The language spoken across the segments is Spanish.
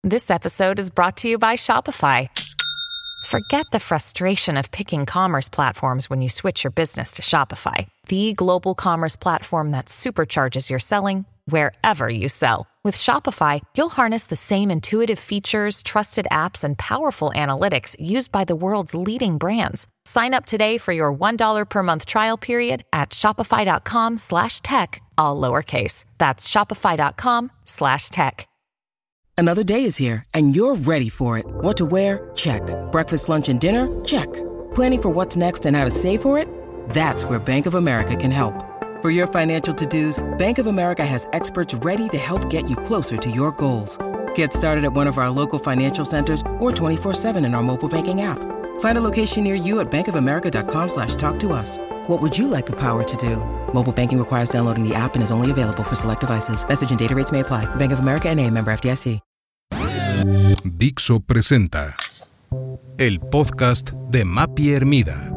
This episode is brought to you by Shopify. Forget the frustration of picking commerce platforms when you switch your business to Shopify, the global commerce platform that supercharges your selling wherever you sell. With Shopify, you'll harness the same intuitive features, trusted apps, and powerful analytics used by the world's leading brands. Sign up today for your $1 per month trial period at shopify.com/tech, all lowercase. That's shopify.com/tech. Another day is here, and you're ready for it. What to wear? Check. Breakfast, lunch, and dinner? Check. Planning for what's next and how to save for it? That's where Bank of America can help. For your financial to-dos, Bank of America has experts ready to help get you closer to your goals. Get started at one of our local financial centers or 24/7 in our mobile banking app. Find a location near you at bankofamerica.com/talktous. What would you like the power to do? Mobile banking requires downloading the app and is only available for select devices. Message and data rates may apply. Bank of America N.A., member FDIC. Dixo presenta el podcast de Mapi Hermida.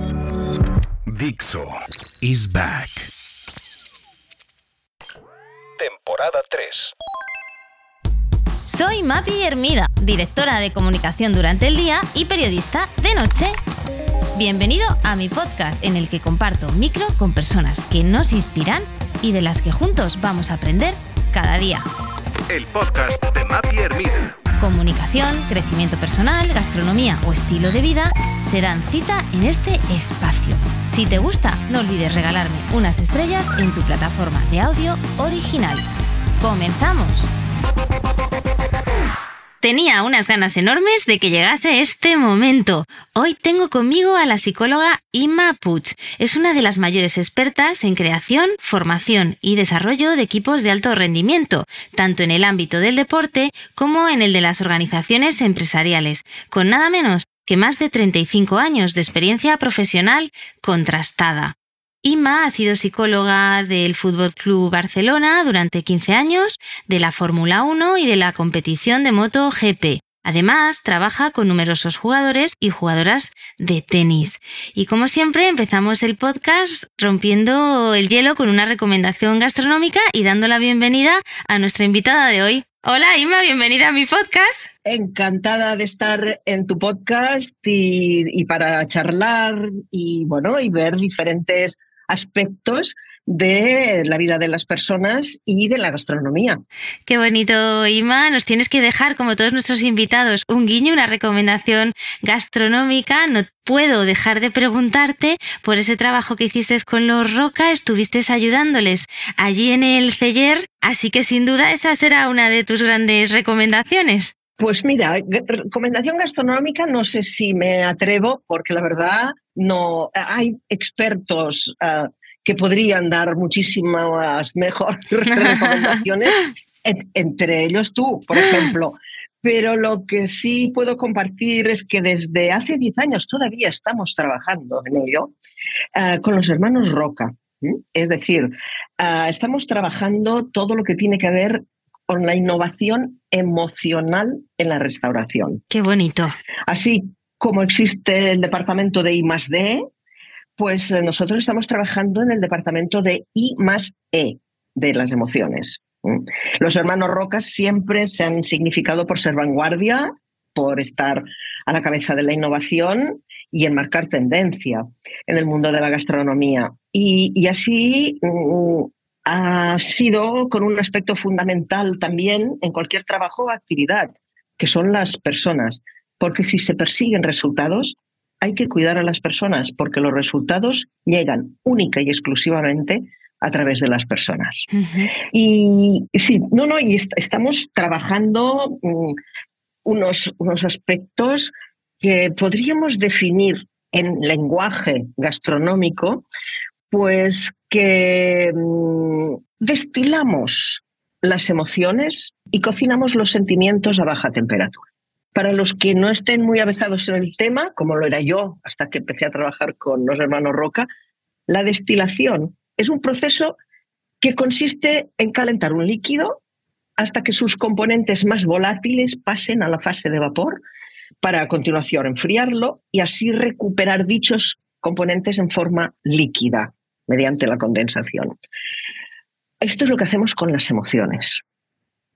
Dixo is back. Temporada 3. Soy Mapi Hermida, directora de comunicación durante el día y periodista de noche. Bienvenido a mi podcast en el que comparto micro con personas que nos inspiran y de las que juntos vamos a aprender cada día. El podcast de Mapi Hermida. Comunicación, crecimiento personal, gastronomía o estilo de vida se dan cita en este espacio. Si te gusta, no olvides regalarme unas estrellas en tu plataforma de audio original. ¡Comenzamos! Tenía unas ganas enormes de que llegase este momento. Hoy tengo conmigo a la psicóloga Imma Puig. Es una de las mayores expertas en creación, formación y desarrollo de equipos de alto rendimiento, tanto en el ámbito del deporte como en el de las organizaciones empresariales, con nada menos que más de 35 años de experiencia profesional contrastada. Imma ha sido psicóloga del Fútbol Club Barcelona durante 15 años, de la Fórmula 1 y de la competición de MotoGP. Además, trabaja con numerosos jugadores y jugadoras de tenis. Y como siempre, empezamos el podcast rompiendo el hielo con una recomendación gastronómica y dando la bienvenida a nuestra invitada de hoy. Hola Imma, bienvenida a mi podcast. Encantada de estar en tu podcast y para charlar y ver diferentes aspectos de la vida de las personas y de la gastronomía. Qué bonito, Imma. Nos tienes que dejar, como todos nuestros invitados, un guiño, una recomendación gastronómica. No puedo dejar de preguntarte por ese trabajo que hiciste con los Roca. Estuviste ayudándoles allí en el Celler, así que sin duda esa será una de tus grandes recomendaciones. Pues mira, recomendación gastronómica no sé si me atrevo, porque la verdad no hay expertos que podrían dar muchísimas mejores recomendaciones, entre ellos tú, por ejemplo. Pero lo que sí puedo compartir es que desde hace 10 años todavía estamos trabajando en ello con los hermanos Roca. Es decir, estamos trabajando todo lo que tiene que ver con la innovación emocional en la restauración. ¡Qué bonito! Así como existe el departamento de I+D, pues nosotros estamos trabajando en el departamento de I+E, de las emociones. Los hermanos Rocas siempre se han significado por ser vanguardia, por estar a la cabeza de la innovación y en marcar tendencia en el mundo de la gastronomía. Y así ha sido con un aspecto fundamental también en cualquier trabajo o actividad, que son las personas. Porque si se persiguen resultados, hay que cuidar a las personas, porque los resultados llegan única y exclusivamente a través de las personas. Uh-huh. Y sí, y estamos trabajando unos aspectos que podríamos definir en lenguaje gastronómico, pues que destilamos las emociones y cocinamos los sentimientos a baja temperatura. Para los que no estén muy avezados en el tema, como lo era yo hasta que empecé a trabajar con los hermanos Roca, la destilación es un proceso que consiste en calentar un líquido hasta que sus componentes más volátiles pasen a la fase de vapor, para a continuación enfriarlo y así recuperar dichos componentes en forma líquida mediante la condensación. Esto es lo que hacemos con las emociones.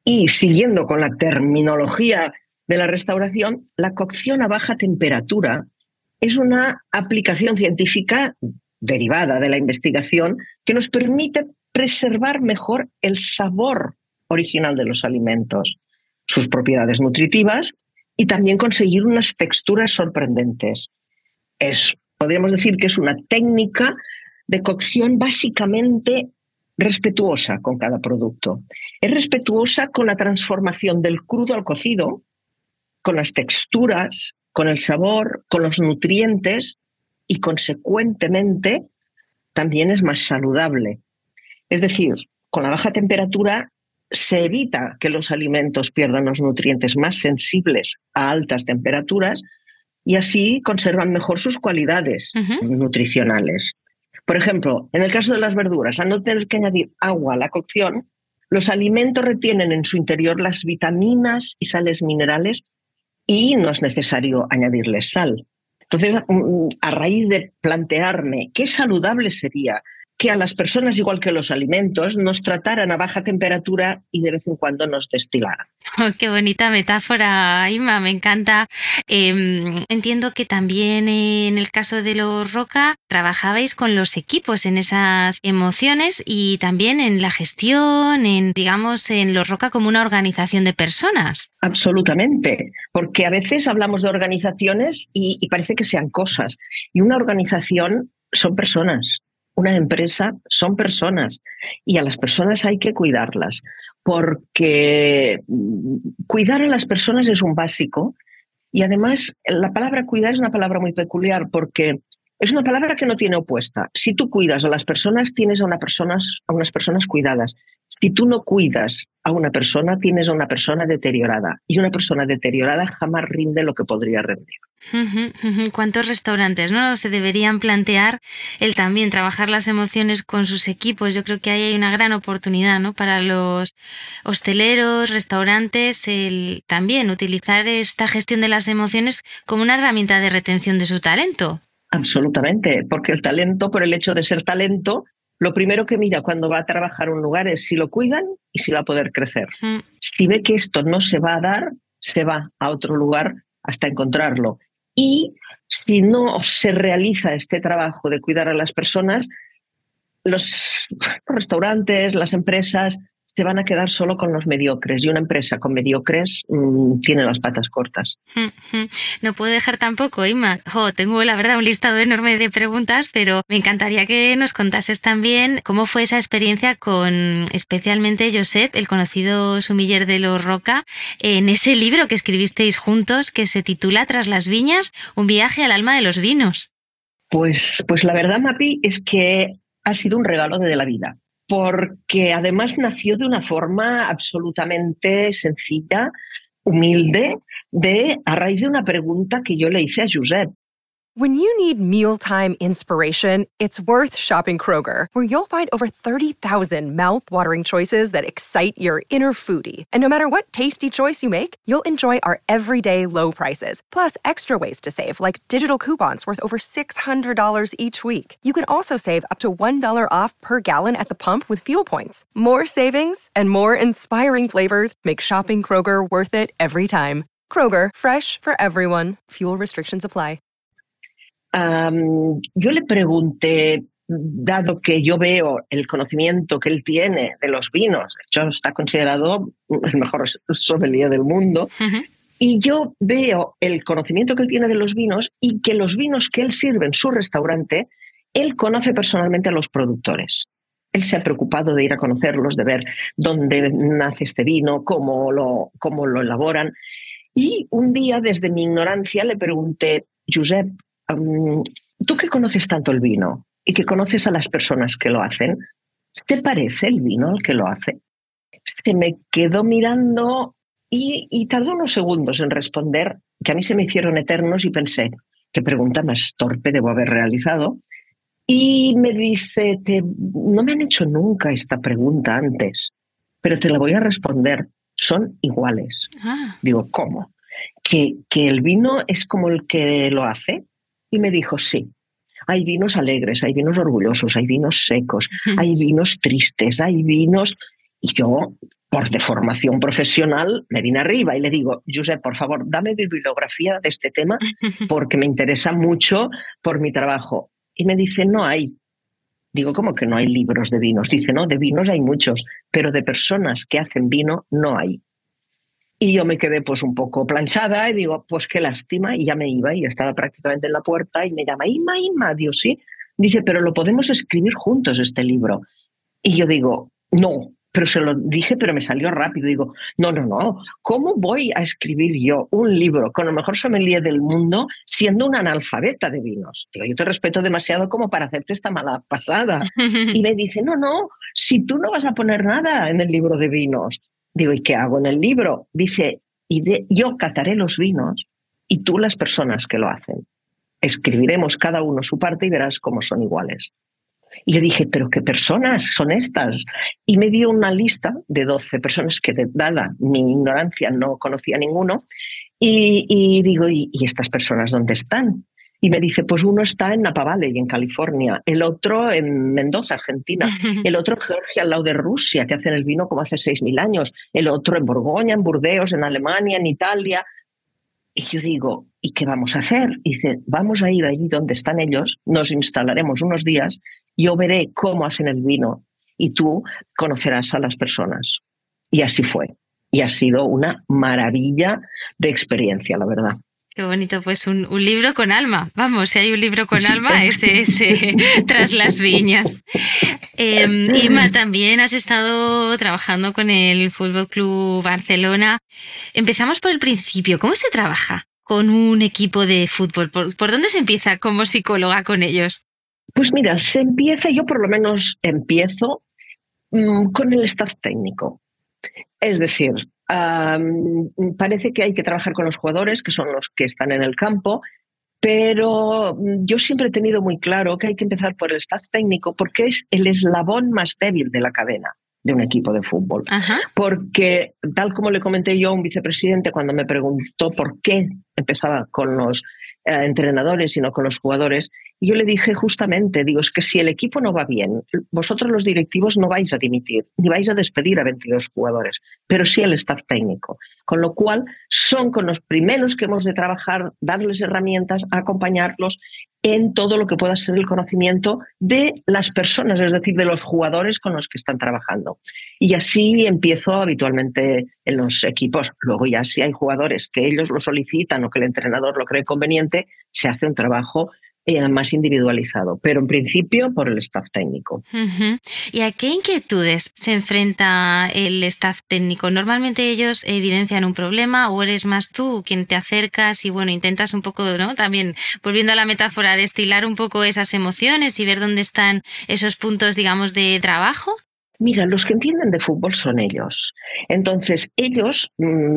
Y siguiendo con la terminología de la restauración, la cocción a baja temperatura es una aplicación científica derivada de la investigación que nos permite preservar mejor el sabor original de los alimentos, sus propiedades nutritivas y también conseguir unas texturas sorprendentes. Podríamos decir que es una técnica de cocción básicamente respetuosa con cada producto. Es respetuosa con la transformación del crudo al cocido, con las texturas, con el sabor, con los nutrientes y, consecuentemente, también es más saludable. Es decir, con la baja temperatura se evita que los alimentos pierdan los nutrientes más sensibles a altas temperaturas y así conservan mejor sus cualidades nutricionales. Por ejemplo, en el caso de las verduras, al no tener que añadir agua a la cocción, los alimentos retienen en su interior las vitaminas y sales minerales y no es necesario añadirles sal. Entonces, a raíz de plantearme qué saludable sería que a las personas, igual que los alimentos, nos trataran a baja temperatura y de vez en cuando nos destilaran. Oh, qué bonita metáfora, Inma, me encanta. Entiendo que también en el caso de los Roca trabajabais con los equipos en esas emociones y también en la gestión, en los Roca como una organización de personas. Absolutamente, porque a veces hablamos de organizaciones y parece que sean cosas. Y una organización son personas. Una empresa son personas y a las personas hay que cuidarlas, porque cuidar a las personas es un básico y además la palabra cuidar es una palabra muy peculiar porque es una palabra que no tiene opuesta. Si tú cuidas a las personas, tienes a unas personas cuidadas. Si tú no cuidas a una persona, tienes a una persona deteriorada y una persona deteriorada jamás rinde lo que podría rendir. ¿Cuántos restaurantes, no, se deberían plantear el también trabajar las emociones con sus equipos? Yo creo que ahí hay una gran oportunidad, ¿no?, para los hosteleros, restaurantes, el también utilizar esta gestión de las emociones como una herramienta de retención de su talento. Absolutamente, porque el talento, por el hecho de ser talento, lo primero que mira cuando va a trabajar a un lugar es si lo cuidan y si va a poder crecer. Si ve que esto no se va a dar, se va a otro lugar hasta encontrarlo. Y si no se realiza este trabajo de cuidar a las personas, los restaurantes, las empresas se van a quedar solo con los mediocres y una empresa con mediocres tiene las patas cortas. No puedo dejar tampoco, Inma. Tengo la verdad un listado enorme de preguntas, pero me encantaría que nos contases también cómo fue esa experiencia con especialmente Josep, el conocido sumiller de los Roca, en ese libro que escribisteis juntos que se titula Tras las viñas, un viaje al alma de los vinos. Pues la verdad, Mapi, es que ha sido un regalo de la vida. Porque además nació de una forma absolutamente sencilla, humilde, a raíz de una pregunta que yo le hice a Josep. When you need mealtime inspiration, it's worth shopping Kroger, where you'll find over 30,000 mouth-watering choices that excite your inner foodie. And no matter what tasty choice you make, you'll enjoy our everyday low prices, plus extra ways to save, like digital coupons worth over $600 each week. You can also save up to $1 off per gallon at the pump with fuel points. More savings and more inspiring flavors make shopping Kroger worth it every time. Kroger, fresh for everyone. Fuel restrictions apply. Yo le pregunté, dado que yo veo el conocimiento que él tiene de los vinos, de hecho está considerado el mejor sommelier del mundo, y yo veo el conocimiento que él tiene de los vinos y que los vinos que él sirve en su restaurante, él conoce personalmente a los productores. Él se ha preocupado de ir a conocerlos, de ver dónde nace este vino, cómo lo elaboran. Y un día, desde mi ignorancia, le pregunté, Josep, tú que conoces tanto el vino y que conoces a las personas que lo hacen, ¿te parece el vino al que lo hace? Se me quedó mirando y tardó unos segundos en responder, que a mí se me hicieron eternos y pensé, ¿qué pregunta más torpe debo haber realizado? Y me dice, no me han hecho nunca esta pregunta antes, pero te la voy a responder, son iguales. Digo, ¿cómo? ¿Que el vino es como el que lo hace? Y me dijo, sí, hay vinos alegres, hay vinos orgullosos, hay vinos secos, hay vinos tristes, hay vinos... Y yo, por deformación profesional, me vine arriba y le digo, Josep, por favor, dame bibliografía de este tema porque me interesa mucho por mi trabajo. Y me dice, no hay. Digo, ¿cómo que no hay libros de vinos? Dice, no, de vinos hay muchos, pero de personas que hacen vino no hay. Y yo me quedé pues un poco planchada y digo, pues qué lástima, y ya me iba y estaba prácticamente en la puerta y me llama, Inma, digo, sí. Dice, pero lo podemos escribir juntos este libro. Y yo digo, no, pero se lo dije, pero me salió rápido. Digo, no, ¿cómo voy a escribir yo un libro con el mejor sommelier del mundo siendo una analfabeta de vinos? Digo, yo te respeto demasiado como para hacerte esta mala pasada. Y me dice, no, si tú no vas a poner nada en el libro de vinos. Digo, ¿y qué hago en el libro? Dice, yo cataré los vinos y tú las personas que lo hacen. Escribiremos cada uno su parte y verás cómo son iguales. Y yo dije, ¿pero qué personas son estas? Y me dio una lista de 12 personas que, dada mi ignorancia, no conocía ninguno. Y digo, ¿y estas personas dónde están? Y me dice, pues uno está en Napa Valley, en California, el otro en Mendoza, Argentina, el otro en Georgia, al lado de Rusia, que hacen el vino como hace 6.000 años, el otro en Borgoña, en Burdeos, en Alemania, en Italia. Y yo digo, ¿y qué vamos a hacer? Y dice, vamos a ir allí donde están ellos, nos instalaremos unos días, yo veré cómo hacen el vino y tú conocerás a las personas. Y así fue. Y ha sido una maravilla de experiencia, la verdad. Qué bonito, pues un libro con alma. Vamos, si hay un libro con alma, ese Tras las viñas. Inma, también has estado trabajando con el Fútbol Club Barcelona. Empezamos por el principio. ¿Cómo se trabaja con un equipo de fútbol? ¿Por dónde se empieza como psicóloga con ellos? Pues mira, yo por lo menos empiezo con el staff técnico. Es decir, parece que hay que trabajar con los jugadores, que son los que están en el campo, pero yo siempre he tenido muy claro que hay que empezar por el staff técnico porque es el eslabón más débil de la cadena de un equipo de fútbol. Ajá. Porque, tal como le comenté yo a un vicepresidente cuando me preguntó por qué empezaba con los entrenadores y no con los jugadores, y yo le dije justamente, digo, es que si el equipo no va bien, vosotros los directivos no vais a dimitir, ni vais a despedir a 22 jugadores, pero sí el staff técnico. Con lo cual, son con los primeros que hemos de trabajar, darles herramientas, acompañarlos en todo lo que pueda ser el conocimiento de las personas, es decir, de los jugadores con los que están trabajando. Y así empiezo habitualmente en los equipos. Luego ya si hay jugadores que ellos lo solicitan o que el entrenador lo cree conveniente, se hace un trabajo más individualizado, pero en principio por el staff técnico. Uh-huh. ¿Y a qué inquietudes se enfrenta el staff técnico? ¿Normalmente ellos evidencian un problema o eres más tú quien te acercas y bueno, intentas un poco, ¿no? También volviendo a la metáfora, destilar un poco esas emociones y ver dónde están esos puntos, digamos, de trabajo? Mira, los que entienden de fútbol son ellos. Entonces, ellos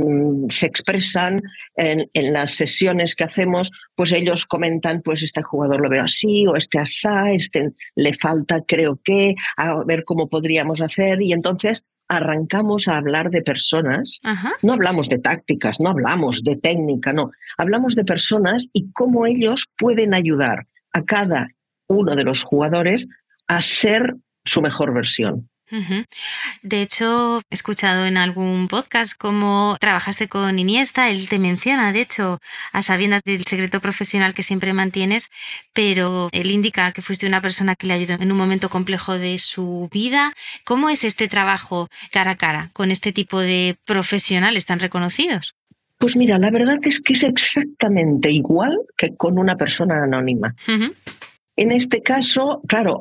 se expresan en las sesiones que hacemos, pues ellos comentan, pues este jugador lo veo así, o este asá, este le falta creo que, a ver cómo podríamos hacer, y entonces arrancamos a hablar de personas. Ajá. No hablamos de tácticas, no hablamos de técnica, no. Hablamos de personas y cómo ellos pueden ayudar a cada uno de los jugadores a ser su mejor versión. Uh-huh. De hecho, he escuchado en algún podcast cómo trabajaste con Iniesta. Él te menciona, de hecho, a sabiendas del secreto profesional que siempre mantienes, pero él indica que fuiste una persona que le ayudó en un momento complejo de su vida. ¿Cómo es este trabajo cara a cara con este tipo de profesionales tan reconocidos? Pues mira, la verdad es que es exactamente igual que con una persona anónima. Uh-huh. En este caso, claro,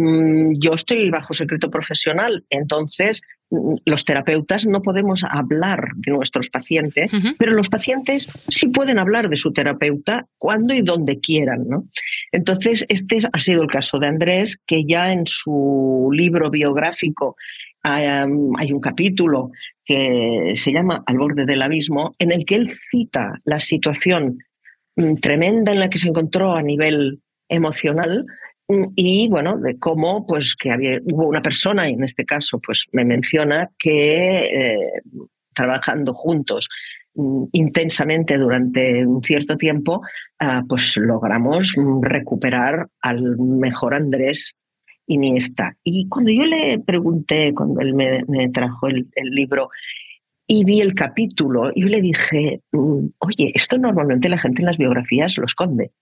yo estoy bajo secreto profesional, entonces los terapeutas no podemos hablar de nuestros pacientes, uh-huh. pero los pacientes sí pueden hablar de su terapeuta cuando y donde quieran, ¿no? Entonces, este ha sido el caso de Andrés, que ya en su libro biográfico hay un capítulo que se llama Al borde del abismo, en el que él cita la situación tremenda en la que se encontró a nivel emocional y bueno, de cómo pues que hubo una persona, y en este caso pues me menciona que trabajando juntos intensamente durante un cierto tiempo, pues logramos recuperar al mejor Andrés Iniesta. Y cuando yo le pregunté, cuando él me trajo el libro y vi el capítulo, yo le dije, oye, esto normalmente la gente en las biografías lo esconde.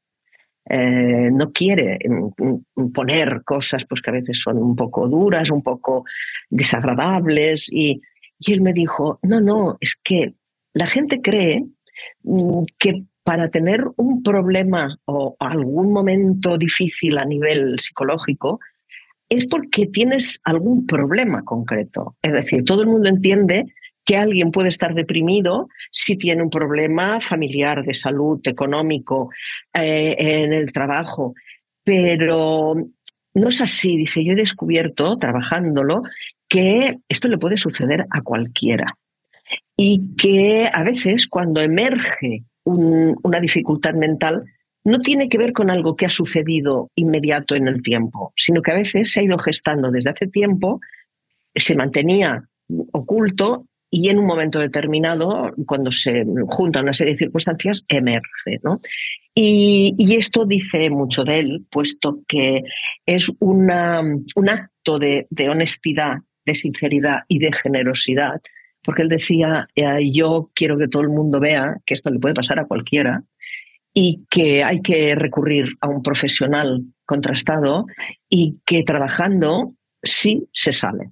No quiere poner cosas pues, que a veces son un poco duras, un poco desagradables. Y él me dijo, no, es que la gente cree que para tener un problema o algún momento difícil a nivel psicológico es porque tienes algún problema concreto. Es decir, todo el mundo entiende que alguien puede estar deprimido si tiene un problema familiar, de salud, económico, en el trabajo, pero no es así. Dice, yo he descubierto, trabajándolo, que esto le puede suceder a cualquiera y que a veces cuando emerge una dificultad mental no tiene que ver con algo que ha sucedido inmediato en el tiempo, sino que a veces se ha ido gestando desde hace tiempo, se mantenía oculto y en un momento determinado, cuando se junta una serie de circunstancias, emerge, ¿no? Y esto dice mucho de él, puesto que es un acto de honestidad, de sinceridad y de generosidad, porque él decía, yo quiero que todo el mundo vea que esto le puede pasar a cualquiera y que hay que recurrir a un profesional contrastado y que trabajando sí se sale.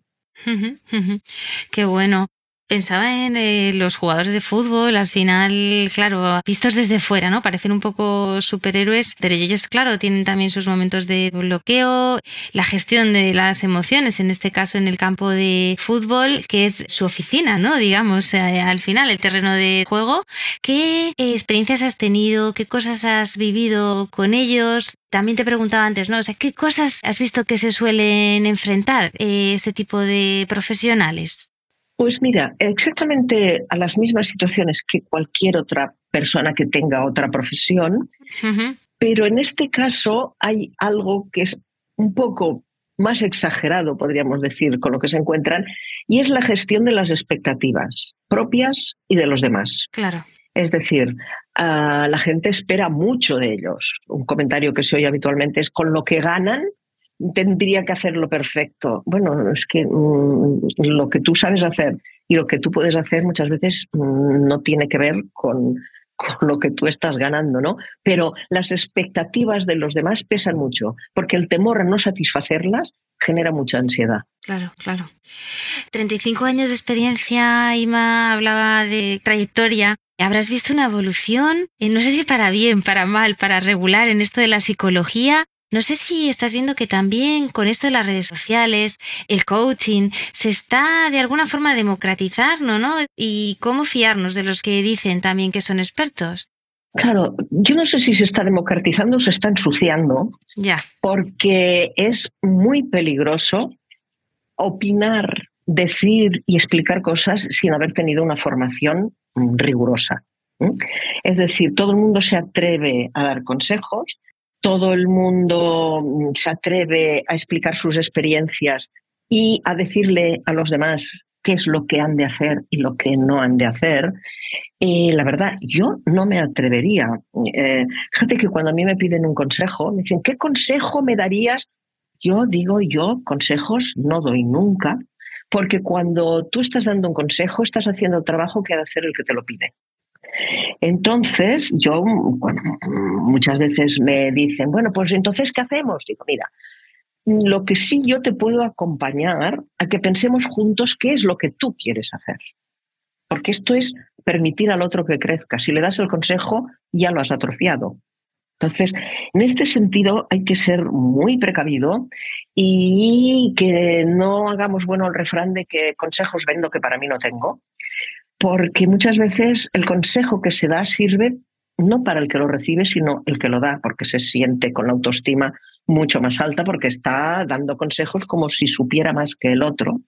Qué bueno. Pensaba en los jugadores de fútbol, al final, claro, vistos desde fuera, ¿no? Parecen un poco superhéroes, pero ellos, claro, tienen también sus momentos de bloqueo, la gestión de las emociones, en este caso en el campo de fútbol, que es su oficina, ¿no? Digamos, al final, el terreno de juego. ¿Qué experiencias has tenido? ¿Qué cosas has vivido con ellos? También te preguntaba antes, ¿no? O sea, ¿qué cosas has visto que se suelen enfrentar este tipo de profesionales? Pues mira, exactamente a las mismas situaciones que cualquier otra persona que tenga otra profesión, pero en este caso hay algo que es un poco más exagerado, podríamos decir, con lo que se encuentran, y es la gestión de las expectativas propias y de los demás. Claro. Es decir, la gente espera mucho de ellos. Un comentario que se oye habitualmente es: con lo que ganan, tendría que hacerlo perfecto. Bueno, es que lo que tú sabes hacer y lo que tú puedes hacer muchas veces no tiene que ver con lo que tú estás ganando, ¿no? Pero las expectativas de los demás pesan mucho, porque el temor a no satisfacerlas genera mucha ansiedad. Claro, claro. 35 años de experiencia, Ima, hablaba de trayectoria. ¿Habrás visto una evolución? No sé si para bien, para mal, para regular en esto de la psicología. No sé si estás viendo que también con esto de las redes sociales, el coaching, se está de alguna forma democratizando, ¿no? Y cómo fiarnos de los que dicen también que son expertos. Claro, yo no sé si se está democratizando o se está ensuciando, ya, porque es muy peligroso opinar, decir y explicar cosas sin haber tenido una formación rigurosa. Es decir, todo el mundo se atreve a dar consejos, todo el mundo se atreve a explicar sus experiencias y a decirle a los demás qué es lo que han de hacer y lo que no han de hacer. La verdad, yo no me atrevería. Fíjate que cuando a mí me piden un consejo, me dicen, ¿qué consejo me darías? Yo consejos no doy nunca, porque cuando tú estás dando un consejo, estás haciendo el trabajo que ha de hacer el que te lo pide. Entonces, muchas veces me dicen, bueno, pues entonces, ¿qué hacemos? Digo, mira, lo que sí yo te puedo acompañar a que pensemos juntos qué es lo que tú quieres hacer. Porque esto es permitir al otro que crezca. Si le das el consejo, ya lo has atrofiado. Entonces, en este sentido hay que ser muy precavido y que no hagamos bueno el refrán de que consejos vendo que para mí no tengo, porque muchas veces el consejo que se da sirve no para el que lo recibe, sino el que lo da, porque se siente con la autoestima mucho más alta porque está dando consejos como si supiera más que el otro.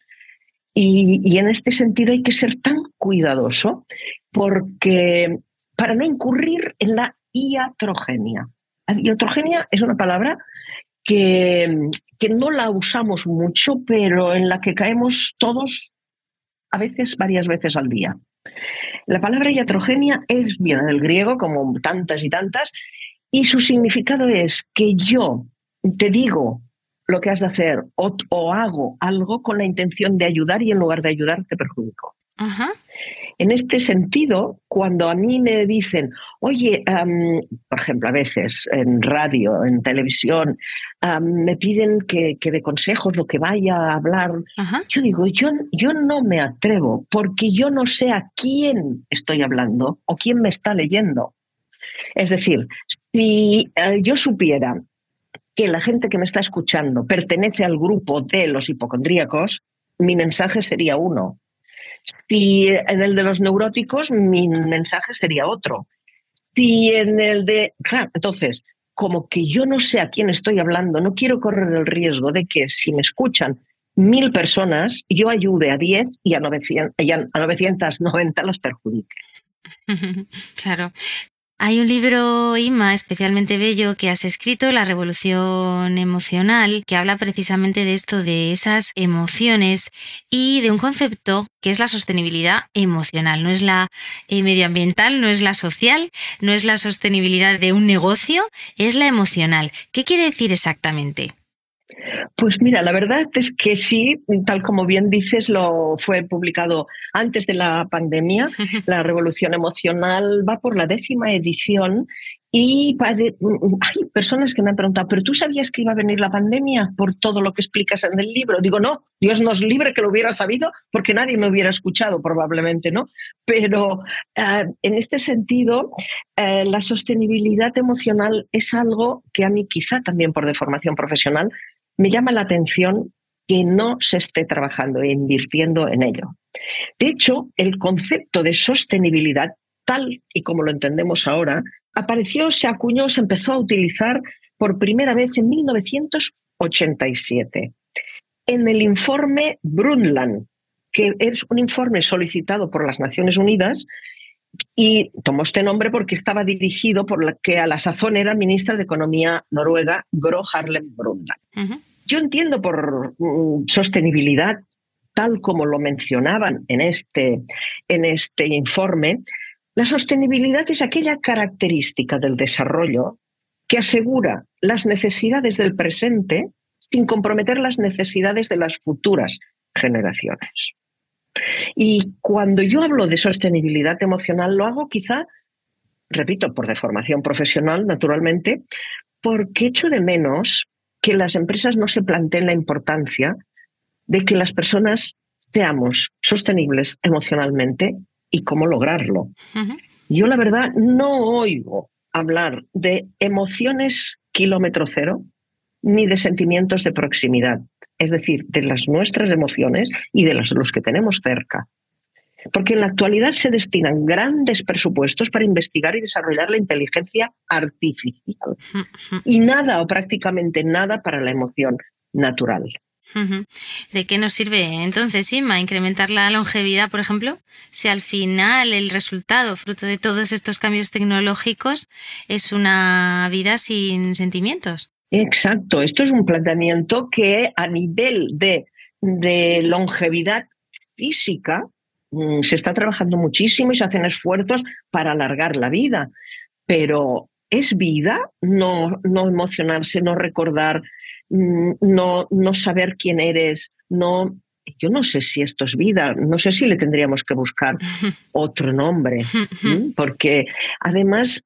Y en este sentido hay que ser tan cuidadoso porque para no incurrir en la iatrogenia. La iatrogenia es una palabra que no la usamos mucho, pero en la que caemos todos a veces, varias veces al día. La palabra iatrogenia viene del griego, como tantas y tantas, y su significado es que yo te digo lo que has de hacer o hago algo con la intención de ayudar y en lugar de ayudar te perjudico. Ajá. En este sentido, cuando a mí me dicen, oye, por ejemplo, a veces en radio, en televisión, me piden que dé consejos, lo que vaya a hablar, Ajá. yo digo, yo no me atrevo porque yo no sé a quién estoy hablando o quién me está leyendo. Es decir, si yo supiera que la gente que me está escuchando pertenece al grupo de los hipocondríacos, mi mensaje sería uno. Si en el de los neuróticos, mi mensaje sería otro. Si en el de... Claro, entonces, como que yo no sé a quién estoy hablando, no quiero correr el riesgo de que si me escuchan 1000 personas, yo ayude a 10 y a 990 las perjudique. Claro. Hay un libro, Inma, especialmente bello que has escrito, La revolución emocional, que habla precisamente de esto, de esas emociones y de un concepto que es la sostenibilidad emocional. No es la medioambiental, no es la social, no es la sostenibilidad de un negocio, es la emocional. ¿Qué quiere decir exactamente? Pues mira, la verdad es que sí, tal como bien dices, lo fue publicado antes de la pandemia. La revolución emocional va por la 10ª edición y hay personas que me han preguntado, ¿pero tú sabías que iba a venir la pandemia por todo lo que explicas en el libro? Digo, no, Dios nos libre que lo hubiera sabido porque nadie me hubiera escuchado probablemente, ¿no? Pero en este sentido, la sostenibilidad emocional es algo que a mí quizá también por deformación profesional me llama la atención que no se esté trabajando e invirtiendo en ello. De hecho, el concepto de sostenibilidad, tal y como lo entendemos ahora, apareció, se acuñó, se empezó a utilizar por primera vez en 1987, en el informe Brundtland, que es un informe solicitado por las Naciones Unidas y tomó este nombre porque estaba dirigido por la que a la sazón era ministra de Economía noruega, Gro Harlem Brundtland. Uh-huh. Yo entiendo por sostenibilidad, tal como lo mencionaban en este informe, la sostenibilidad es aquella característica del desarrollo que asegura las necesidades del presente sin comprometer las necesidades de las futuras generaciones. Y cuando yo hablo de sostenibilidad emocional, lo hago quizá, repito, por deformación profesional, naturalmente, porque echo de menos que las empresas no se planteen la importancia de que las personas seamos sostenibles emocionalmente y cómo lograrlo. Uh-huh. Yo, la verdad, no oigo hablar de emociones kilómetro cero ni de sentimientos de proximidad, es decir, de las nuestras emociones y de los que tenemos cerca. Porque en la actualidad se destinan grandes presupuestos para investigar y desarrollar la inteligencia artificial y nada o prácticamente nada para la emoción natural. ¿De qué nos sirve entonces, Inma, incrementar la longevidad, por ejemplo, si al final el resultado, fruto de todos estos cambios tecnológicos, es una vida sin sentimientos? Exacto, esto es un planteamiento que a nivel de longevidad física se está trabajando muchísimo y se hacen esfuerzos para alargar la vida, pero ¿es vida no emocionarse, no recordar, no saber quién eres? Yo no sé si esto es vida, no sé si le tendríamos que buscar otro nombre, porque además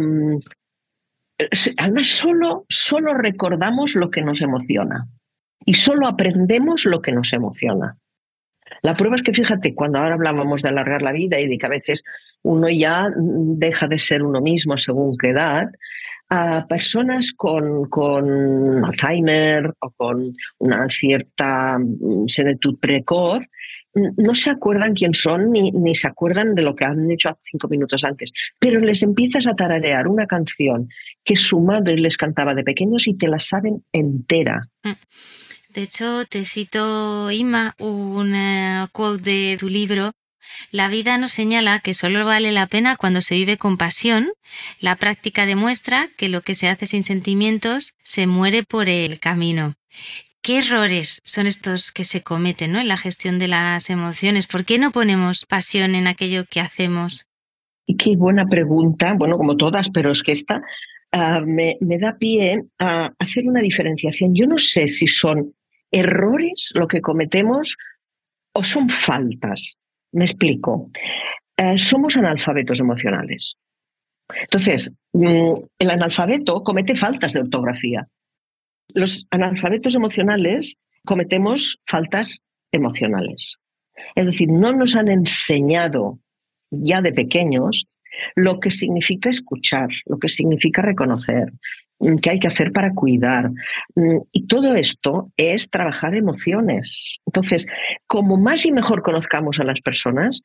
solo recordamos lo que nos emociona y solo aprendemos lo que nos emociona. La prueba es que, fíjate, cuando ahora hablábamos de alargar la vida y de que a veces uno ya deja de ser uno mismo según qué edad, a personas con Alzheimer o con una cierta senectud precoz no se acuerdan quién son ni se acuerdan de lo que han hecho hace 5 minutos antes, pero les empiezas a tararear una canción que su madre les cantaba de pequeños y te la saben entera. De hecho, te cito, Inma, una quote de tu libro. La vida nos señala que solo vale la pena cuando se vive con pasión. La práctica demuestra que lo que se hace sin sentimientos se muere por el camino. ¿Qué errores son estos que se cometen, ¿no?, en la gestión de las emociones? ¿Por qué no ponemos pasión en aquello que hacemos? Y qué buena pregunta, bueno, como todas, pero es que esta me da pie a hacer una diferenciación. Yo no sé si son errores lo que cometemos o son faltas. Me explico. Somos analfabetos emocionales. Entonces, el analfabeto comete faltas de ortografía. Los analfabetos emocionales cometemos faltas emocionales. Es decir, no nos han enseñado ya de pequeños lo que significa escuchar, lo que significa reconocer, qué hay que hacer para cuidar. Y todo esto es trabajar emociones. Entonces, como más y mejor conozcamos a las personas,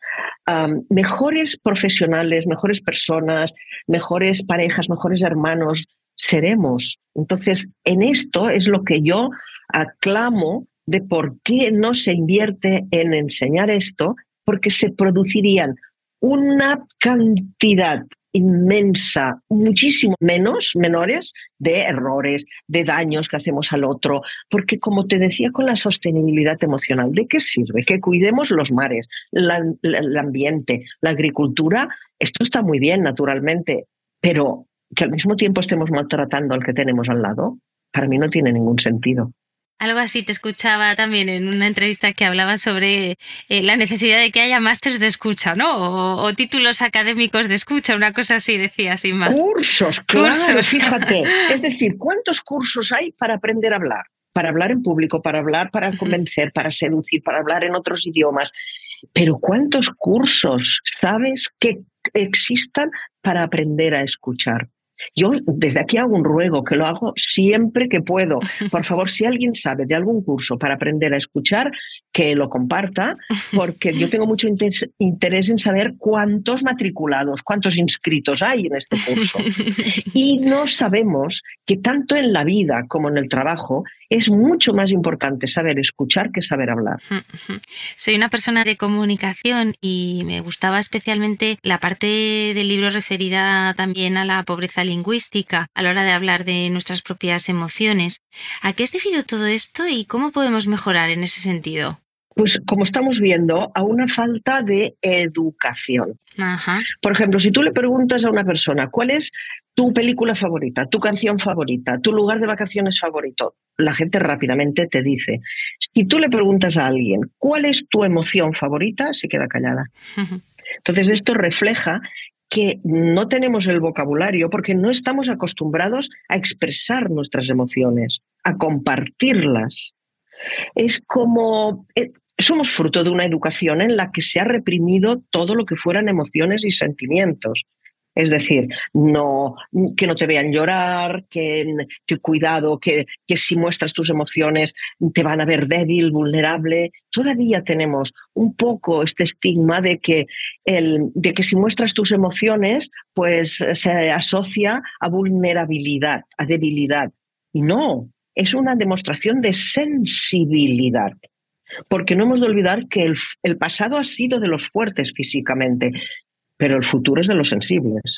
mejores profesionales, mejores personas, mejores parejas, mejores hermanos seremos. Entonces, en esto es lo que yo aclamo de por qué no se invierte en enseñar esto, porque se producirían una cantidad inmensa, muchísimo menores de errores, de daños que hacemos al otro, porque como te decía con la sostenibilidad emocional, ¿de qué sirve? Que cuidemos los mares, el ambiente, la agricultura, esto está muy bien naturalmente, pero que al mismo tiempo estemos maltratando al que tenemos al lado, para mí no tiene ningún sentido. Algo así te escuchaba también en una entrevista que hablaba sobre la necesidad de que haya másters de escucha, ¿no? O títulos académicos de escucha, una cosa así decía, sin más. Cursos, claro, fíjate. Es decir, ¿cuántos cursos hay para aprender a hablar? Para hablar en público, para hablar, para convencer, para seducir, para hablar en otros idiomas. Pero ¿cuántos cursos sabes que existan para aprender a escuchar? Yo desde aquí hago un ruego, que lo hago siempre que puedo. Por favor, si alguien sabe de algún curso para aprender a escuchar, que lo comparta, porque yo tengo mucho interés en saber cuántos matriculados, cuántos inscritos hay en este curso. Y no sabemos que tanto en la vida como en el trabajo es mucho más importante saber escuchar que saber hablar. Soy una persona de comunicación y me gustaba especialmente la parte del libro referida también a la pobreza lingüística a la hora de hablar de nuestras propias emociones. ¿A qué es debido todo esto y cómo podemos mejorar en ese sentido? Pues como estamos viendo, a una falta de educación. Ajá. Por ejemplo, si tú le preguntas a una persona cuál es tu película favorita, tu canción favorita, tu lugar de vacaciones favorito, la gente rápidamente te dice. Si tú le preguntas a alguien cuál es tu emoción favorita, se queda callada. Entonces esto refleja que no tenemos el vocabulario porque no estamos acostumbrados a expresar nuestras emociones, a compartirlas. Es como somos fruto de una educación en la que se ha reprimido todo lo que fueran emociones y sentimientos. Es decir, que no te vean llorar, que cuidado, que si muestras tus emociones te van a ver débil, vulnerable. Todavía tenemos un poco este estigma de que si muestras tus emociones, pues se asocia a vulnerabilidad, a debilidad. Y no, es una demostración de sensibilidad. Porque no hemos de olvidar que el pasado ha sido de los fuertes físicamente, pero el futuro es de los sensibles.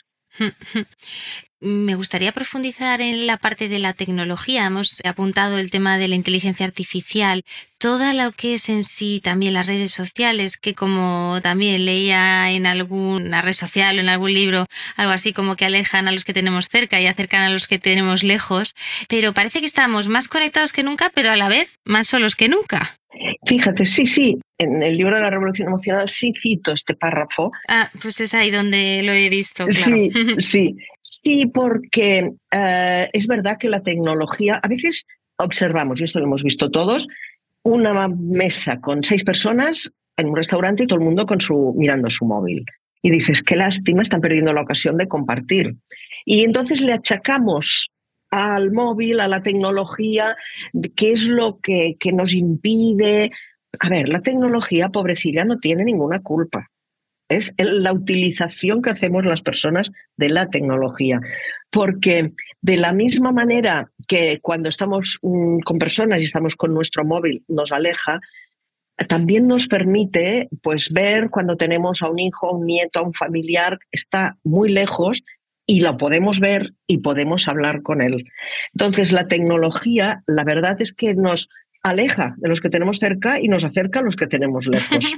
Me gustaría profundizar en la parte de la tecnología. Hemos apuntado el tema de la inteligencia artificial, todo lo que es en sí también las redes sociales, que como también leía en alguna red social o en algún libro, algo así como que alejan a los que tenemos cerca y acercan a los que tenemos lejos, pero parece que estamos más conectados que nunca, pero a la vez más solos que nunca. Fíjate, sí, en el libro de la Revolución Emocional sí cito este párrafo. Pues es ahí donde lo he visto, claro. Sí, porque es verdad que la tecnología, a veces observamos, y esto lo hemos visto todos, una mesa con 6 personas en un restaurante y todo el mundo mirando su móvil. Y dices, qué lástima, están perdiendo la ocasión de compartir. Y entonces le achacamos al móvil, a la tecnología, qué es lo que nos impide. A ver, la tecnología, pobrecilla, no tiene ninguna culpa. Es la utilización que hacemos las personas de la tecnología. Porque de la misma manera que cuando estamos con personas y estamos con nuestro móvil nos aleja, también nos permite pues, ver cuando tenemos a un hijo, a un nieto, a un familiar, está muy lejos, y lo podemos ver y podemos hablar con él. Entonces, la tecnología, la verdad es que nos aleja de los que tenemos cerca y nos acerca a los que tenemos lejos.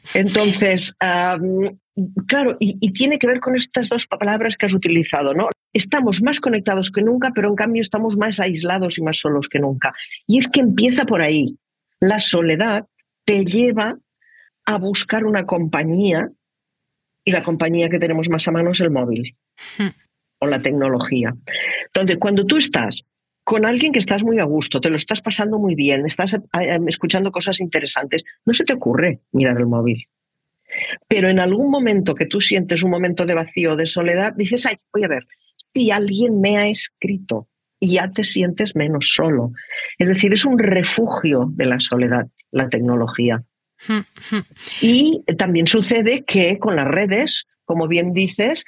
Entonces, claro, y tiene que ver con estas 2 palabras que has utilizado, ¿no? estamos más conectados que nunca, pero en cambio estamos más aislados y más solos que nunca. Y es que empieza por ahí. La soledad te lleva a buscar una compañía, y la compañía que tenemos más a mano es el móvil o la tecnología. Entonces, cuando tú estás con alguien que estás muy a gusto, te lo estás pasando muy bien, estás escuchando cosas interesantes, no se te ocurre mirar el móvil. Pero en algún momento que tú sientes un momento de vacío, de soledad, dices, ay, voy a ver, si alguien me ha escrito, y ya te sientes menos solo. Es decir, es un refugio de la soledad, la tecnología. Y también sucede que con las redes, como bien dices,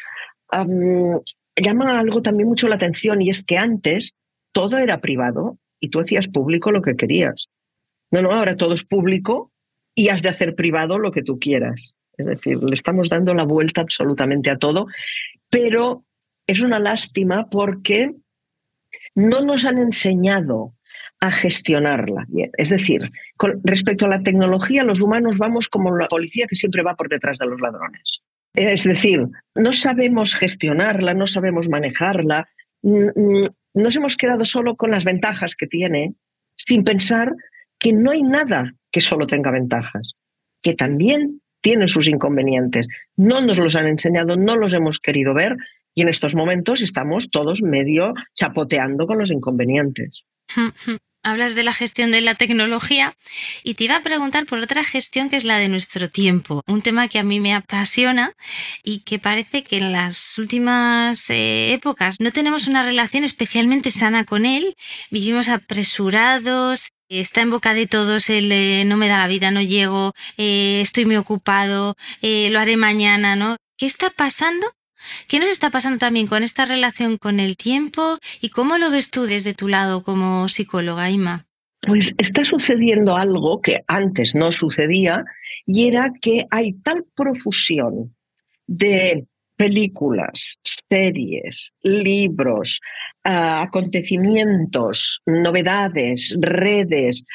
llama algo también mucho la atención, y es que antes todo era privado y tú hacías público lo que querías. No, ahora todo es público y has de hacer privado lo que tú quieras. Es decir, le estamos dando la vuelta absolutamente a todo, pero es una lástima porque no nos han enseñado a gestionarla bien. Es decir, respecto a la tecnología, los humanos vamos como la policía que siempre va por detrás de los ladrones. Es decir, no sabemos gestionarla, no sabemos manejarla, nos hemos quedado solo con las ventajas que tiene, sin pensar que no hay nada que solo tenga ventajas, que también tiene sus inconvenientes. No nos los han enseñado, no los hemos querido ver, y en estos momentos estamos todos medio chapoteando con los inconvenientes. Hablas de la gestión de la tecnología y te iba a preguntar por otra gestión que es la de nuestro tiempo, un tema que a mí me apasiona y que parece que en las últimas épocas no tenemos una relación especialmente sana con él, vivimos apresurados, está en boca de todos el no me da la vida, no llego, estoy muy ocupado, lo haré mañana, ¿no? ¿Qué está pasando? ¿Qué nos está pasando también con esta relación con el tiempo y cómo lo ves tú desde tu lado como psicóloga, Inma? Pues está sucediendo algo que antes no sucedía, y era que hay tal profusión de películas, series, libros, acontecimientos, novedades, redes,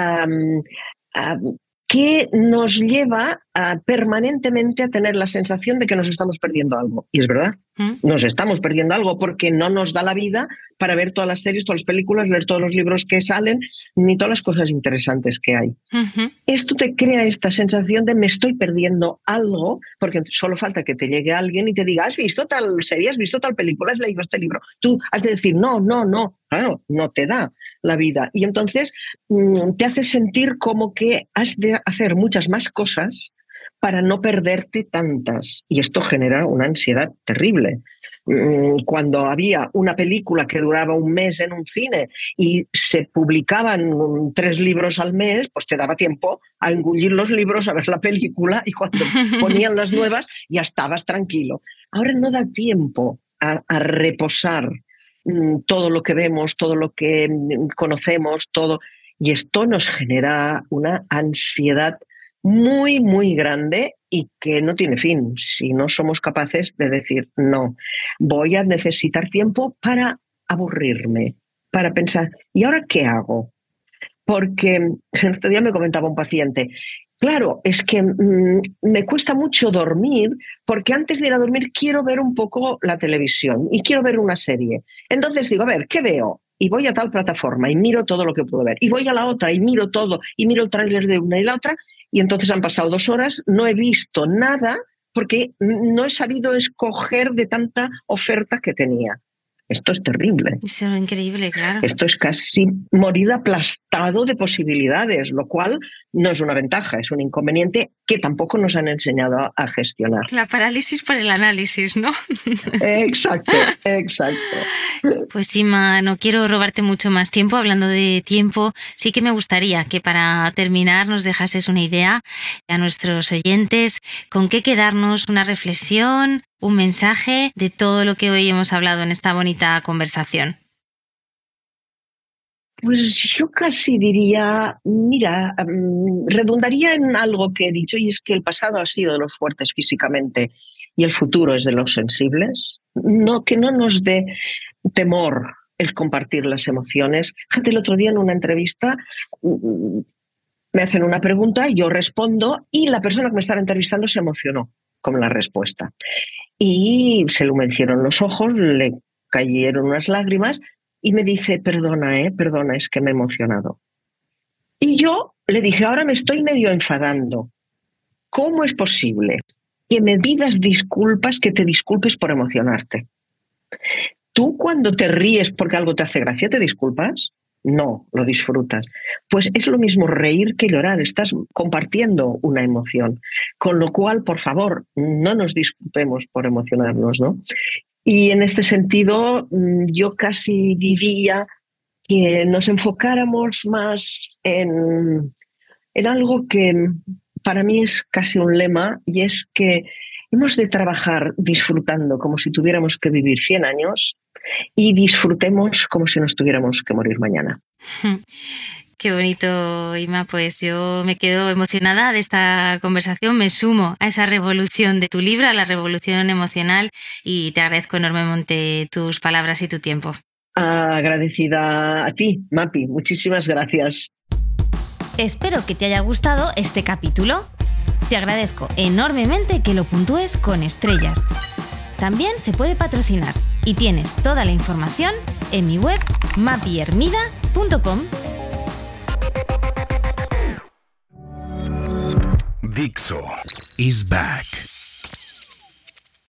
que nos lleva permanentemente a tener la sensación de que nos estamos perdiendo algo. Y es verdad, nos estamos perdiendo algo porque no nos da la vida para ver todas las series, todas las películas, leer todos los libros que salen, ni todas las cosas interesantes que hay. Esto te crea esta sensación de me estoy perdiendo algo, porque solo falta que te llegue alguien y te diga, ¿has visto tal serie? ¿Has visto tal película? ¿Has leído este libro? Tú has de decir, no. Claro, no te da la vida. Y entonces te hace sentir como que has de hacer muchas más cosas para no perderte tantas. Y esto genera una ansiedad terrible. Cuando había una película que duraba un mes en un cine y se publicaban 3 libros al mes, pues te daba tiempo a engullir los libros, a ver la película, y cuando ponían las nuevas ya estabas tranquilo. Ahora no da tiempo a reposar todo lo que vemos, todo lo que conocemos, todo. Y esto nos genera una ansiedad muy, muy grande y que no tiene fin si no somos capaces de decir, no, voy a necesitar tiempo para aburrirme, para pensar, ¿y ahora qué hago? Porque el otro día me comentaba un paciente, claro, es que me cuesta mucho dormir porque antes de ir a dormir quiero ver un poco la televisión y quiero ver una serie. Entonces digo, a ver, ¿qué veo? Y voy a tal plataforma y miro todo lo que puedo ver. Y voy a la otra y miro todo y miro el tráiler de una y la otra. Y entonces han pasado 2 horas, no he visto nada porque no he sabido escoger de tanta oferta que tenía. Esto es terrible. Eso es increíble, claro. Esto es casi morir aplastado de posibilidades, lo cual no es una ventaja, es un inconveniente que tampoco nos han enseñado a gestionar. La parálisis por el análisis, ¿no? Exacto. Pues Inma, no quiero robarte mucho más tiempo. Hablando de tiempo, sí que me gustaría que para terminar nos dejases una idea a nuestros oyentes, con qué quedarnos, una reflexión, un mensaje de todo lo que hoy hemos hablado en esta bonita conversación. Pues yo casi diría, mira, redundaría en algo que he dicho, y es que el pasado ha sido de los fuertes físicamente y el futuro es de los sensibles. No, que no nos dé temor el compartir las emociones. Fíjate, el otro día en una entrevista me hacen una pregunta, yo respondo y la persona que me estaba entrevistando se emocionó con la respuesta. Y se le humearon los ojos, le cayeron unas lágrimas y me dice, perdona, es que me he emocionado. Y yo le dije, ahora me estoy medio enfadando. ¿Cómo es posible que me pidas disculpas, que te disculpes por emocionarte? ¿Tú cuando te ríes porque algo te hace gracia, te disculpas? No, lo disfrutas. Pues es lo mismo reír que llorar, estás compartiendo una emoción. Con lo cual, por favor, no nos disculpemos por emocionarnos, ¿no? Y en este sentido, yo casi diría que nos enfocáramos más en algo que para mí es casi un lema, y es que hemos de trabajar disfrutando como si tuviéramos que vivir 100 años y disfrutemos como si nos tuviéramos que morir mañana. Qué bonito, Ima. Pues yo me quedo emocionada de esta conversación. Me sumo a esa revolución de tu libro, a la revolución emocional, y te agradezco enormemente tus palabras y tu tiempo. Agradecida a ti, Mapi. Muchísimas gracias. Espero que te haya gustado este capítulo. Te agradezco enormemente que lo puntúes con estrellas. También se puede patrocinar y tienes toda la información en mi web mapiermida.com. Dixo is back.